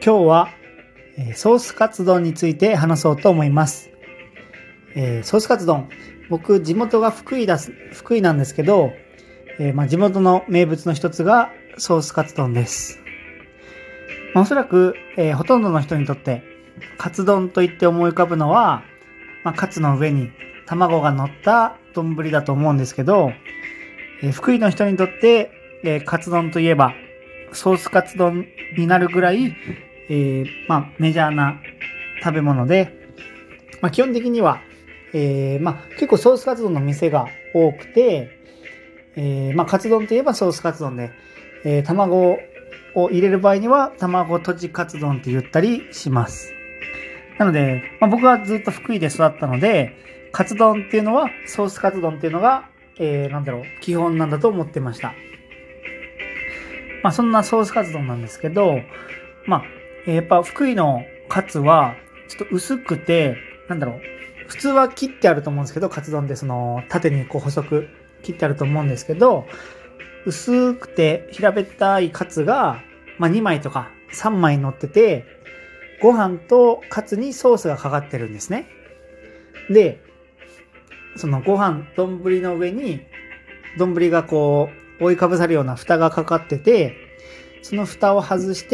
今日はソースカツ丼について話そうと思います。ソースカツ丼、僕地元が福井なんですけど、地元の名物の一つがソースカツ丼です。おそらく、ほとんどの人にとってカツ丼といって思い浮かぶのは、カツの上に卵が乗った丼だと思うんですけど、福井の人にとって、カツ丼といえばソースカツ丼になるぐらい、メジャーな食べ物で、基本的には、結構ソースカツ丼の店が多くて、カツ丼といえばソースカツ丼で、卵を入れる場合には卵とじカツ丼って言ったりします。なので、僕はずっと福井で育ったので、カツ丼っていうのはソースカツ丼っていうのが、基本なんだと思ってました。そんなソースカツ丼なんですけど、やっぱ福井のカツはちょっと薄くて、普通は切ってあると思うんですけど、カツ丼でその縦に細く切ってあると思うんですけど、薄くて平べったいカツが、2枚とか3枚乗ってて、ご飯とカツにソースがかかってるんですね。で、そのご飯、丼の上に、丼が覆いかぶさるような蓋がかかってて、その蓋を外して、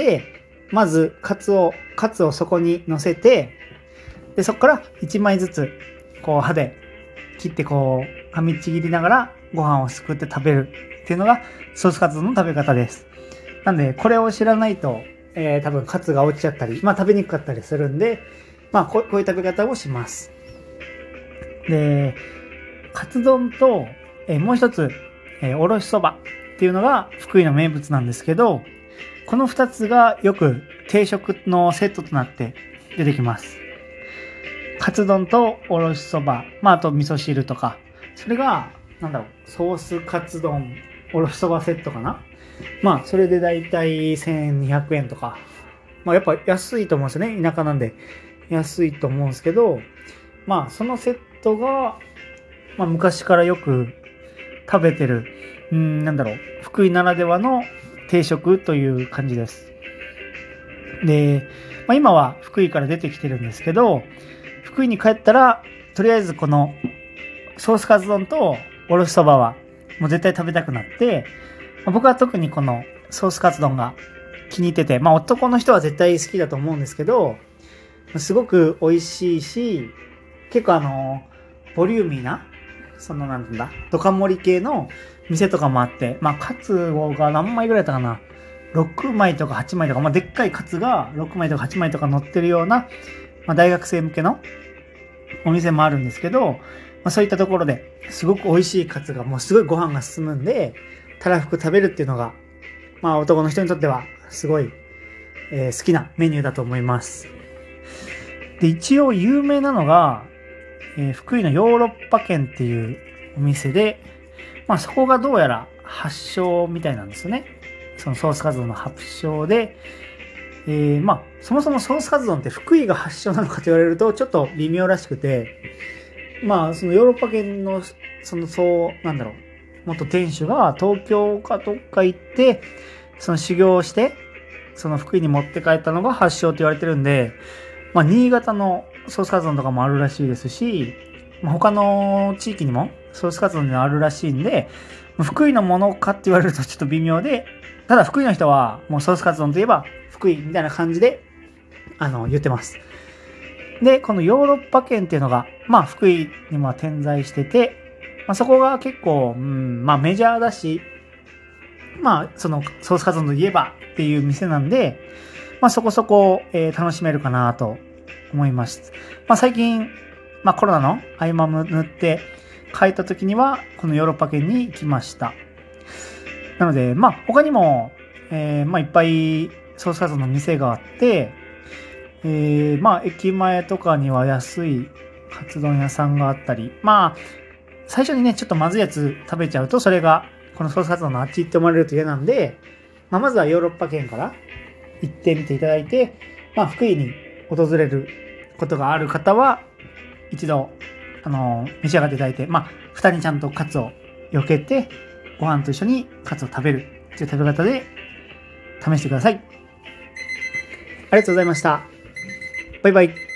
まずカツをそこに乗せて、でそこから1枚ずつ刃で切って噛みちぎりながらご飯をすくって食べるっていうのがソースカツ丼の食べ方です。なんでこれを知らないと、多分カツが落ちちゃったり、食べにくかったりするんで、こういう食べ方をします。で、カツ丼と、もう一つ、おろしそばっていうのが福井の名物なんですけど、この2つがよく定食のセットとなって出てきます。カツ丼とおろしそば、あと味噌汁とか、それがソースカツ丼おろしそばセットかな。それでだいたい1200円とか、やっぱ安いと思うんですよね。田舎なんで安いと思うんですけど、そのセットが、昔からよく食べてる福井ならではの定食という感じです。で、今は福井から出てきてるんですけど、福井に帰ったらとりあえずこのソースカツ丼とおろしそばはもう絶対食べたくなって、僕は特にこのソースカツ丼が気に入ってて、男の人は絶対好きだと思うんですけど、すごく美味しいし、結構ボリューミーなドカ盛り系の店とかもあって、カツが何枚ぐらいだったかな、6枚とか8枚とか、でっかいカツが6枚とか8枚とか乗ってるような、大学生向けのお店もあるんですけど、そういったところですごく美味しいカツがもうすごいご飯が進むんで、たらふく食べるっていうのが、男の人にとってはすごい、好きなメニューだと思います。で、一応有名なのが、福井のヨーロッパ軒っていうお店で、そこがどうやら発祥みたいなんですよね。そのソースカツ丼の発祥で、そもそもソースカツ丼って福井が発祥なのかと言われるとちょっと微妙らしくて、そのヨーロッパ圏の元店主が東京かどっか行って、その修行をして、その福井に持って帰ったのが発祥と言われてるんで、新潟のソースカツ丼とかもあるらしいですし、他の地域にもソースカツ丼があるらしいんで、福井のものかって言われるとちょっと微妙で、ただ福井の人はもうソースカツ丼といえば福井みたいな感じで言ってます。で、このヨーロッパ圏っていうのが福井にも点在してて、そこが結構、メジャーだし、そのソースカツ丼といえばっていう店なんで、そこそこ、楽しめるかなと思います。最近、コロナの合間を縫って帰った時にはこのヨーロッパ圏に行きました。なので他にも、いっぱいソースカツ丼の店があって、駅前とかには安いカツ丼屋さんがあったり、最初にねちょっとまずいやつ食べちゃうと、それがこのソースカツ丼のあっち行って思われると嫌なんで、まずはヨーロッパ圏から行ってみていただいて、福井に訪れることがある方は一度召し上がっていただいて、蓋にちゃんとカツを避けてご飯と一緒にカツを食べるという食べ方で試してください。 りがとうございました。バイバイ。